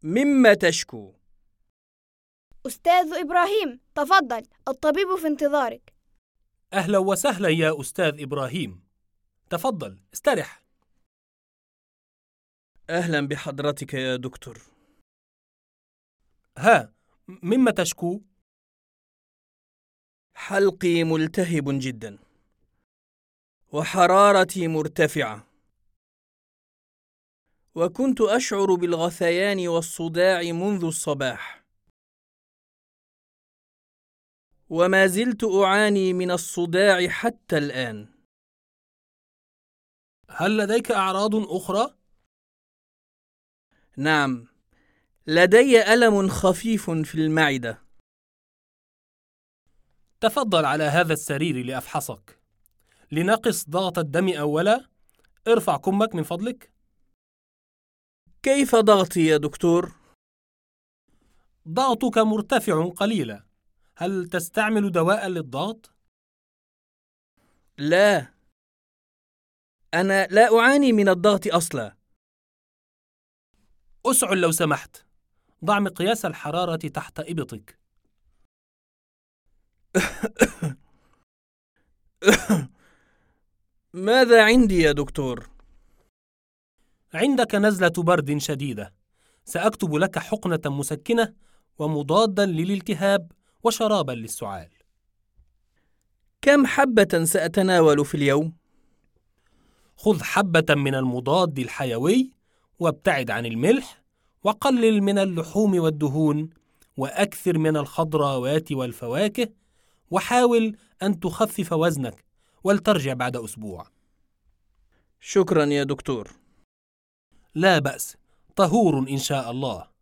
مما تشكو؟ أستاذ إبراهيم، تفضل، الطبيب في انتظارك. أهلا وسهلا يا أستاذ إبراهيم، تفضل استرح. أهلا بحضرتك يا دكتور. ها، مما تشكو؟ حلقي ملتهب جدا، وحرارتي مرتفعة، وكنت أشعر بالغثيان والصداع منذ الصباح، وما زلت أعاني من الصداع حتى الآن. هل لديك أعراض أخرى؟ نعم، لدي ألم خفيف في المعدة. تفضل على هذا السرير لأفحصك. لنقص ضغط الدم أولا، ارفع كمك من فضلك. كيف ضغطي يا دكتور؟ ضغطك مرتفع قليلا. هل تستعمل دواء للضغط؟ لا، أنا لا أعاني من الضغط أصلا. أسعل لو سمحت. ضع مقياس الحرارة تحت إبطك. ماذا عندي يا دكتور؟ عندك نزلة برد شديدة. سأكتب لك حقنة مسكنة ومضادا للالتهاب وشرابا للسعال. كم حبة سأتناول في اليوم؟ خذ حبة من المضاد الحيوي، وابتعد عن الملح، وقلل من اللحوم والدهون، وأكثر من الخضروات والفواكه، وحاول أن تخفف وزنك، ولترجع بعد أسبوع. شكرا يا دكتور. لا بأس، طهور إن شاء الله.